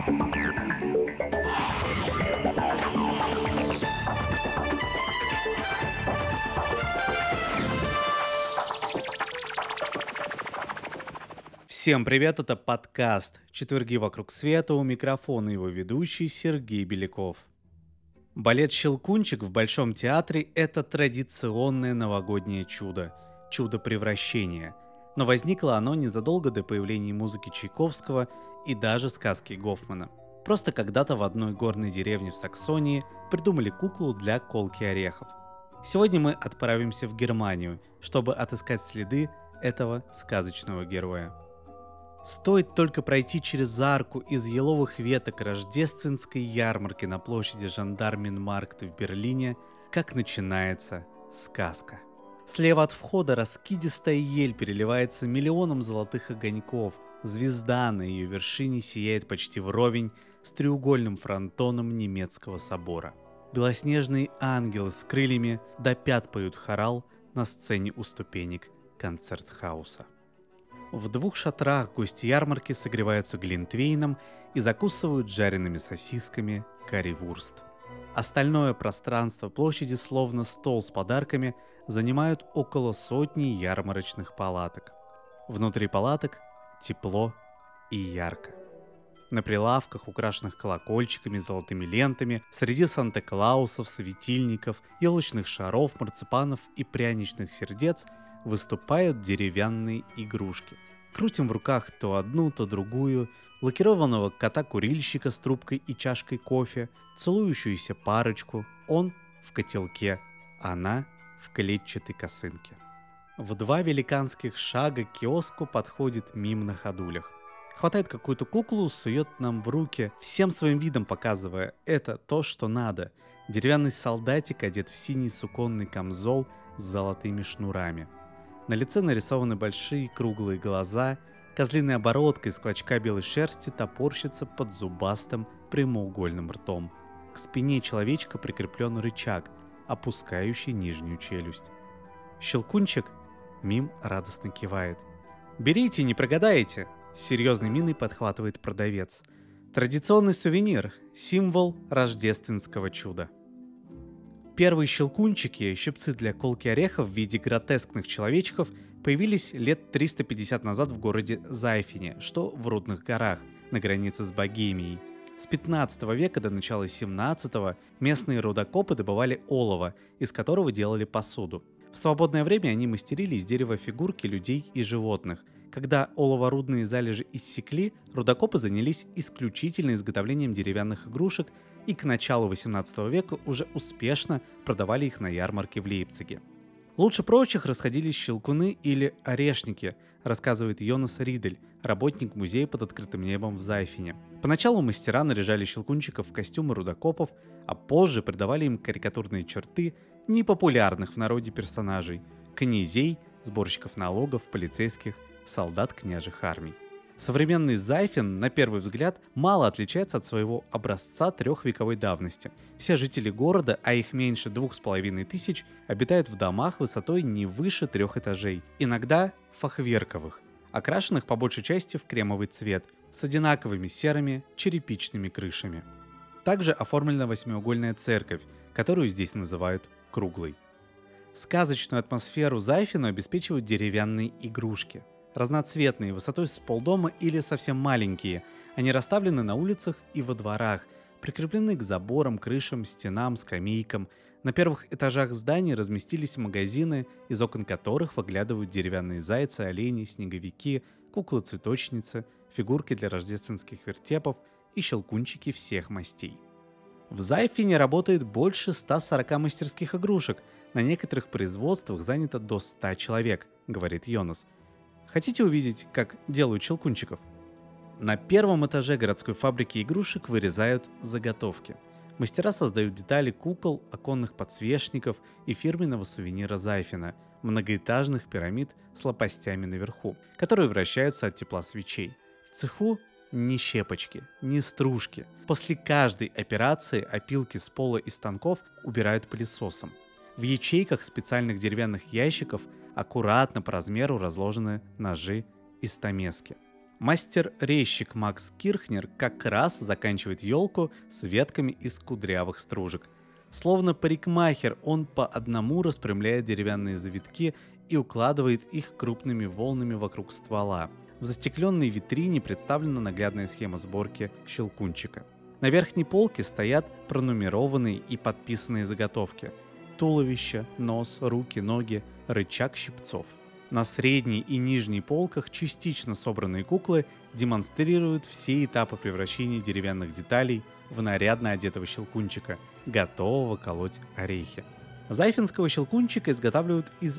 Всем привет, это подкаст «Четверги вокруг света», у микрофона его ведущий Сергей Беляков. Балет «Щелкунчик» в Большом театре – это традиционное новогоднее чудо, чудо превращения. Но возникло оно незадолго до появления музыки Чайковского и даже сказки Гофмана. Просто когда-то в одной горной деревне в Саксонии придумали куклу для колки орехов. Сегодня мы отправимся в Германию, чтобы отыскать следы этого сказочного героя. Стоит только пройти через арку из еловых веток рождественской ярмарки на площади Жандарменмаркт в Берлине, как начинается сказка. Слева от входа раскидистая ель переливается миллионом золотых огоньков, звезда на ее вершине сияет почти вровень с треугольным фронтоном немецкого собора. Белоснежные ангелы с крыльями до пят поют хорал на сцене у ступенек концертхауса. В двух шатрах гости ярмарки согреваются глинтвейном и закусывают жареными сосисками карри-вурст. Остальное пространство площади, словно стол с подарками, занимают около сотни ярмарочных палаток. Внутри палаток тепло и ярко. На прилавках, украшенных колокольчиками, золотыми лентами, среди Санта-Клаусов, светильников, елочных шаров, марципанов и пряничных сердец выступают деревянные игрушки. Крутим в руках то одну, то другую, лакированного кота-курильщика с трубкой и чашкой кофе, целующуюся парочку, он в котелке, она в клетчатой косынке. В два великанских шага к киоску подходит мим на ходулях. Хватает какую-то куклу, сует нам в руки, всем своим видом показывая, это то, что надо. Деревянный солдатик одет в синий суконный камзол с золотыми шнурами. На лице нарисованы большие круглые глаза, козлиная оборотка из клочка белой шерсти топорщится под зубастым прямоугольным ртом. К спине человечка прикреплен рычаг, опускающий нижнюю челюсть. «Щелкунчик?» Мим радостно кивает. «Берите, не прогадаете!» С серьезной миной подхватывает продавец. Традиционный сувенир, символ рождественского чуда. Первые щелкунчики, щипцы для колки орехов в виде гротескных человечков, появились лет 350 назад в городе Зайфене, что в Рудных горах, на границе с Богемией. С 15 века до начала 17 местные рудокопы добывали олово, из которого делали посуду. В свободное время они мастерили из дерева фигурки людей и животных. Когда оловорудные залежи иссекли, рудокопы занялись исключительно изготовлением деревянных игрушек и к началу 18 века уже успешно продавали их на ярмарке в Лейпциге. Лучше прочих расходились щелкуны или орешники, рассказывает Йонас Ридель, работник музея под открытым небом в Зайфене. Поначалу мастера наряжали щелкунчиков в костюмы рудокопов, а позже придавали им карикатурные черты непопулярных в народе персонажей – князей, сборщиков налогов, полицейских, солдат княжих армий. Современный Зайфен, на первый взгляд, мало отличается от своего образца трехвековой давности. Все жители города, а их меньше 2500, обитают в домах высотой не выше 3 этажей, иногда фахверковых, окрашенных по большей части в кремовый цвет, с одинаковыми серыми черепичными крышами. Также оформлена восьмиугольная церковь, которую здесь называют круглой. Сказочную атмосферу Зайфену обеспечивают деревянные игрушки. Разноцветные, высотой с полдома или совсем маленькие. Они расставлены на улицах и во дворах, прикреплены к заборам, крышам, стенам, скамейкам. На первых этажах зданий разместились магазины, из окон которых выглядывают деревянные зайцы, олени, снеговики, куклы-цветочницы, фигурки для рождественских вертепов и щелкунчики всех мастей. В Зайфене работает больше 140 мастерских игрушек. На некоторых производствах занято до 100 человек, говорит Йонас. Хотите увидеть, как делают щелкунчиков? На первом этаже городской фабрики игрушек вырезают заготовки. Мастера создают детали кукол, оконных подсвечников и фирменного сувенира Зайфена – многоэтажных пирамид с лопастями наверху, которые вращаются от тепла свечей. В цеху ни щепочки, ни стружки. После каждой операции опилки с пола и станков убирают пылесосом. В ячейках специальных деревянных ящиков аккуратно по размеру разложены ножи и стамески. Мастер-резчик Макс Кирхнер как раз заканчивает елку с ветками из кудрявых стружек. Словно парикмахер, он по одному распрямляет деревянные завитки и укладывает их крупными волнами вокруг ствола. В застекленной витрине представлена наглядная схема сборки щелкунчика. На верхней полке стоят пронумерованные и подписанные заготовки: туловище, нос, руки, ноги, рычаг щипцов. На средней и нижней полках частично собранные куклы демонстрируют все этапы превращения деревянных деталей в нарядно одетого щелкунчика, готового колоть орехи. Зайфинского щелкунчика изготавливают из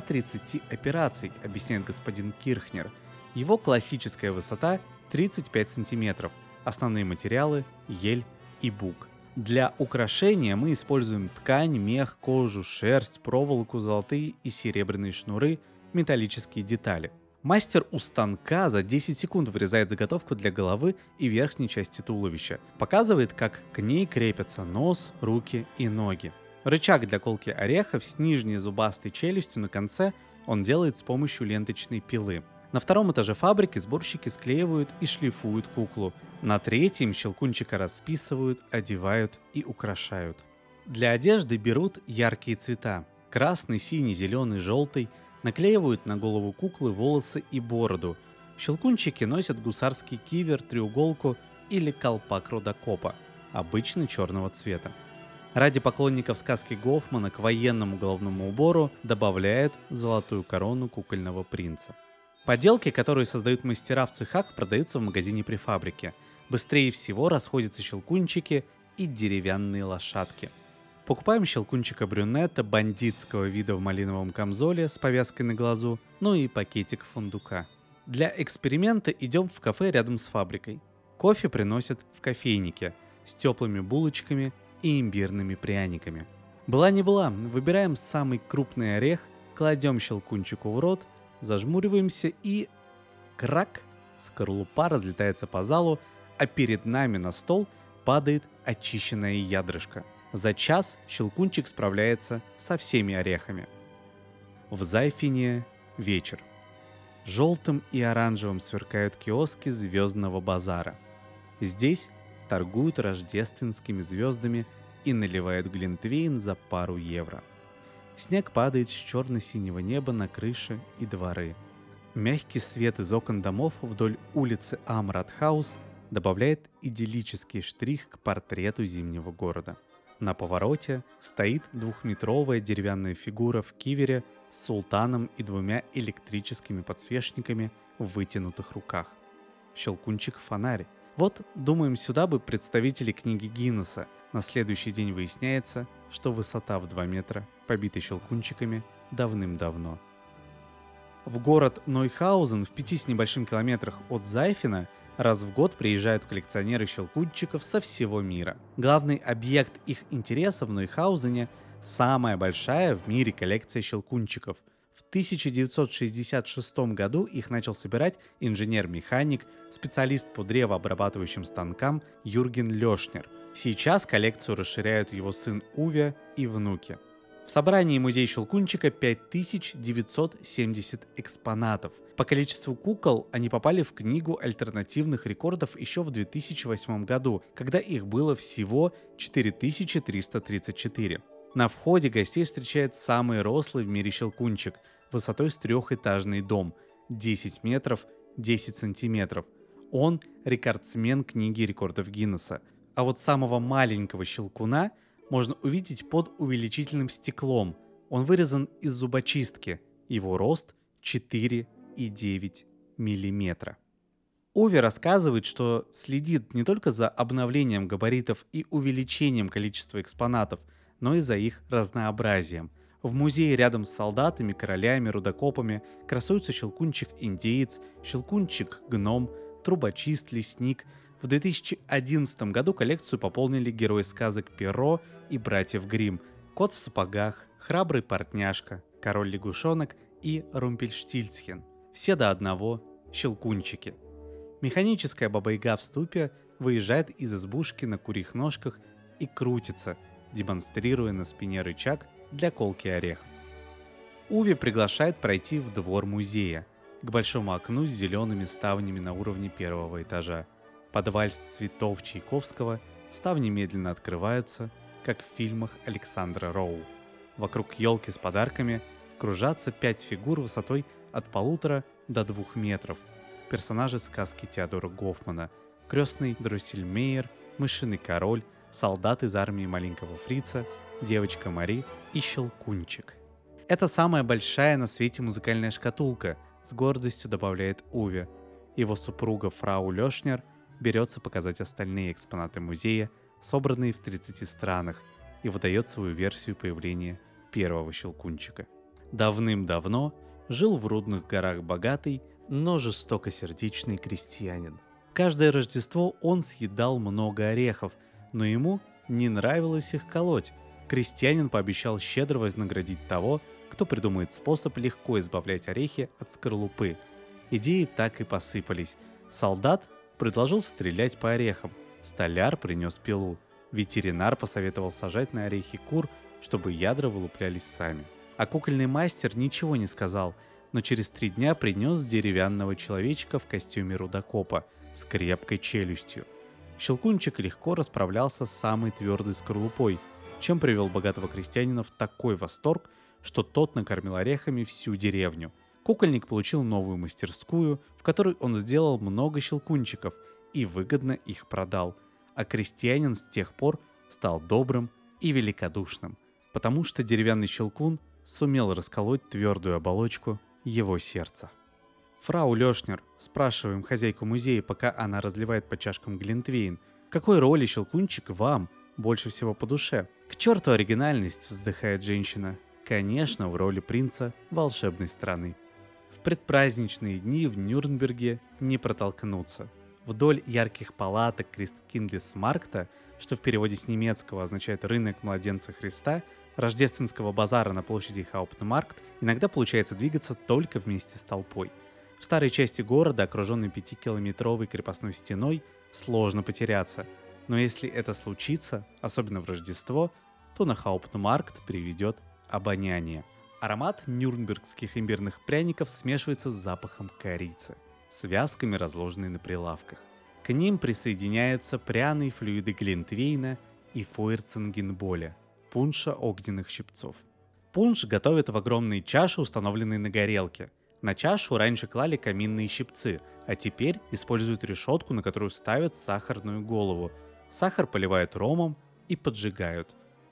130 операций, объясняет господин Кирхнер. Его классическая высота 35 сантиметров. Основные материалы – ель и бук. Для украшения мы используем ткань, мех, кожу, шерсть, проволоку, золотые и серебряные шнуры, металлические детали. Мастер у станка за 10 секунд вырезает заготовку для головы и верхней части туловища. Показывает, как к ней крепятся нос, руки и ноги. Рычаг для колки орехов с нижней зубастой челюстью на конце он делает с помощью ленточной пилы. На втором этаже фабрики сборщики склеивают и шлифуют куклу. На третьем щелкунчика расписывают, одевают и украшают. Для одежды берут яркие цвета – красный, синий, зеленый, желтый. Наклеивают на голову куклы волосы и бороду. Щелкунчики носят гусарский кивер, треуголку или колпак рудокопа, обычно черного цвета. Ради поклонников сказки Гофмана к военному головному убору добавляют золотую корону кукольного принца. Поделки, которые создают мастера в цехах, продаются в магазине при фабрике. Быстрее всего расходятся щелкунчики и деревянные лошадки. Покупаем щелкунчика брюнета бандитского вида в малиновом камзоле с повязкой на глазу, ну и пакетик фундука. Для эксперимента идем в кафе рядом с фабрикой. Кофе приносят в кофейнике с теплыми булочками и имбирными пряниками. Была не была, выбираем самый крупный орех, кладем щелкунчику в рот, зажмуриваемся и... крак! Скорлупа разлетается по залу, а перед нами на стол падает очищенное ядрышко. За час щелкунчик справляется со всеми орехами. В Зайфине вечер. Желтым и оранжевым сверкают киоски звездного базара. Здесь торгуют рождественскими звездами и наливают глинтвейн за пару евро. Снег падает с черно-синего неба на крыши и дворы. Мягкий свет из окон домов вдоль улицы Амратхаус добавляет идиллический штрих к портрету зимнего города. На повороте стоит двухметровая деревянная фигура в кивере с султаном и двумя электрическими подсвечниками в вытянутых руках. Щелкунчик-фонарь. Вот, думаем, сюда бы представители книги Гиннесса. На следующий день выясняется, что высота в 2 метра, побита щелкунчиками, давным-давно. В город Нойхаузен в 5 с небольшим километрах от Зайфина раз в год приезжают коллекционеры щелкунчиков со всего мира. Главный объект их интереса в Нойхаузене – самая большая в мире коллекция щелкунчиков. В 1966 году их начал собирать инженер-механик, специалист по древообрабатывающим станкам Юрген Лёшнер. Сейчас коллекцию расширяют его сын Уве и внуки. В собрании музея щелкунчика 5970 экспонатов. По количеству кукол они попали в книгу альтернативных рекордов еще в 2008 году, когда их было всего 4334. На входе гостей встречает самый рослый в мире щелкунчик, высотой с трехэтажный дом, 10 метров 10 сантиметров. Он рекордсмен книги рекордов Гиннесса. А вот самого маленького щелкуна можно увидеть под увеличительным стеклом. Он вырезан из зубочистки. Его рост 4,9 миллиметра. Уве рассказывает, что следит не только за обновлением габаритов и увеличением количества экспонатов, но и за их разнообразием. В музее рядом с солдатами, королями, рудокопами красуются щелкунчик-индеец, щелкунчик-гном, трубочист-лесник. В 2011 году коллекцию пополнили герои сказок Перо и братьев Гримм, Кот в сапогах, Храбрый портняшка, Король-лягушонок и Румпельштильцхен. Все до одного щелкунчики. Механическая баба-яга в ступе выезжает из избушки на курьих ножках и крутится, демонстрируя на спине рычаг для колки орехов. Уве приглашает пройти в двор музея. к большому окну с зелеными ставнями на уровне первого этажа. Под вальс цветов Чайковского ставни медленно открываются, как в фильмах Александра Роу. Вокруг елки с подарками кружатся 5 фигур высотой от 1,5 до 2 метров. Персонажи сказки Теодора Гофмана: крестный Дроссельмейер, мышиный король, солдат из армии маленького фрица, девочка Мари и Щелкунчик. Это самая большая на свете музыкальная шкатулка, с гордостью добавляет Уве. Его супруга фрау Лёшнер берется показать остальные экспонаты музея, собранные в 30 странах, и выдает свою версию появления первого Щелкунчика. Давным-давно жил в Рудных горах богатый, но жестокосердечный крестьянин. Каждое Рождество он съедал много орехов, но ему не нравилось их колоть. Крестьянин пообещал щедро вознаградить того, кто придумает способ легко избавлять орехи от скорлупы. Идеи так и посыпались. Солдат предложил стрелять по орехам, столяр принес пилу, ветеринар посоветовал сажать на орехи кур, чтобы ядра вылуплялись сами. А кукольный мастер ничего не сказал, но через 3 дня принес деревянного человечка в костюме рудокопа с крепкой челюстью. Щелкунчик легко расправлялся с самой твердой скорлупой, чем привел богатого крестьянина в такой восторг, что тот накормил орехами всю деревню. Кукольник получил новую мастерскую, в которой он сделал много щелкунчиков и выгодно их продал. А крестьянин с тех пор стал добрым и великодушным, потому что деревянный щелкун сумел расколоть твердую оболочку его сердца. «Фрау Лёшнер», спрашиваем хозяйку музея, пока она разливает по чашкам глинтвейн, какой роли Щелкунчик вам больше всего по душе? «К черту оригинальность», вздыхает женщина. «Конечно, в роли принца волшебной страны». В предпраздничные дни в Нюрнберге не протолкнуться. Вдоль ярких палаток Кристкиндлесмаркта, что в переводе с немецкого означает «рынок младенца Христа», рождественского базара на площади Хауптмаркт, иногда получается двигаться только вместе с толпой. В старой части города, окруженной 5-километровой крепостной стеной, сложно потеряться. Но если это случится, особенно в Рождество, то на Хауптмаркт приведет обоняние. Аромат нюрнбергских имбирных пряников смешивается с запахом корицы, связками, разложенной на прилавках. К ним присоединяются пряные флюиды глинтвейна и фойерценгенболя, пунша огненных щипцов. Пунш готовят в огромной чаше, установленной на горелке. На чашу раньше клали каминные щипцы, а теперь используют решетку, на которую ставят сахарную голову. Сахар поливают ромом и поджигают.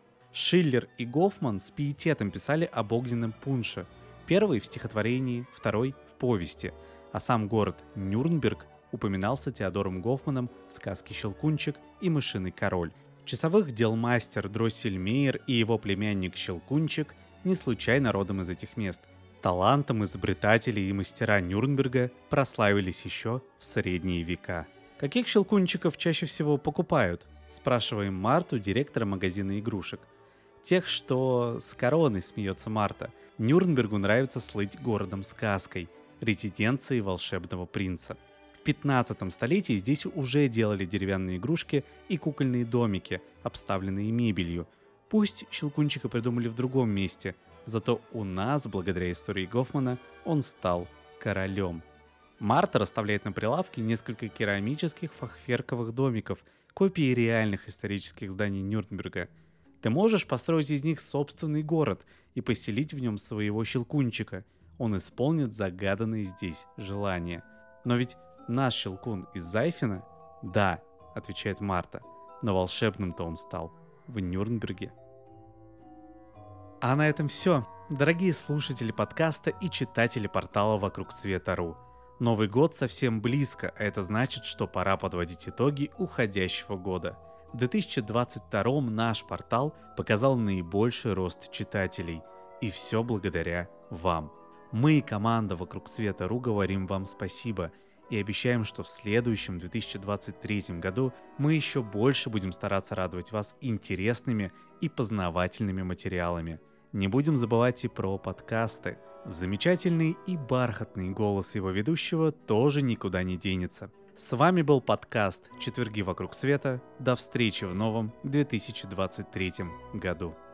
Шиллер и Гофман с пиететом писали об огненном пунше. Первый в стихотворении, второй в повести. А сам город Нюрнберг упоминался Теодором Гофманом в сказке «Щелкунчик» и «Мышиный король». Часовых дел мастер Дроссельмейер и его племянник Щелкунчик не случайно родом из этих мест. Талантом изобретатели и мастера Нюрнберга прославились еще в средние века. «Каких щелкунчиков чаще всего покупают?» – спрашиваем Марту, директора магазина игрушек. «Тех, что с короной», – смеется Марта. Нюрнбергу нравится слыть городом-сказкой, резиденцией волшебного принца. В 15 столетии здесь уже делали деревянные игрушки и кукольные домики, обставленные мебелью. Пусть Щелкунчика придумали в другом месте, зато у нас, благодаря истории Гофмана, он стал королем. Марта расставляет на прилавке несколько керамических фахверковых домиков, копии реальных исторических зданий Нюрнберга. Ты можешь построить из них собственный город и поселить в нем своего Щелкунчика. Он исполнит загаданные здесь желания. Но ведь наш Щелкун из Зайфена? Да, отвечает Марта, но волшебным-то он стал в Нюрнберге. А на этом все, дорогие слушатели подкаста и читатели портала «Вокруг света.ру». Новый год совсем близко, а это значит, что пора подводить итоги уходящего года. В 2022 наш портал показал наибольший рост читателей. И все благодаря вам. Мы и команда «Вокруг света.ру» говорим вам спасибо и обещаем, что в следующем 2023 году мы еще больше будем стараться радовать вас интересными и познавательными материалами. Не будем забывать и про подкасты. Замечательный и бархатный голос его ведущего тоже никуда не денется. С вами был подкаст «Четверги вокруг света». До встречи в новом 2023 году.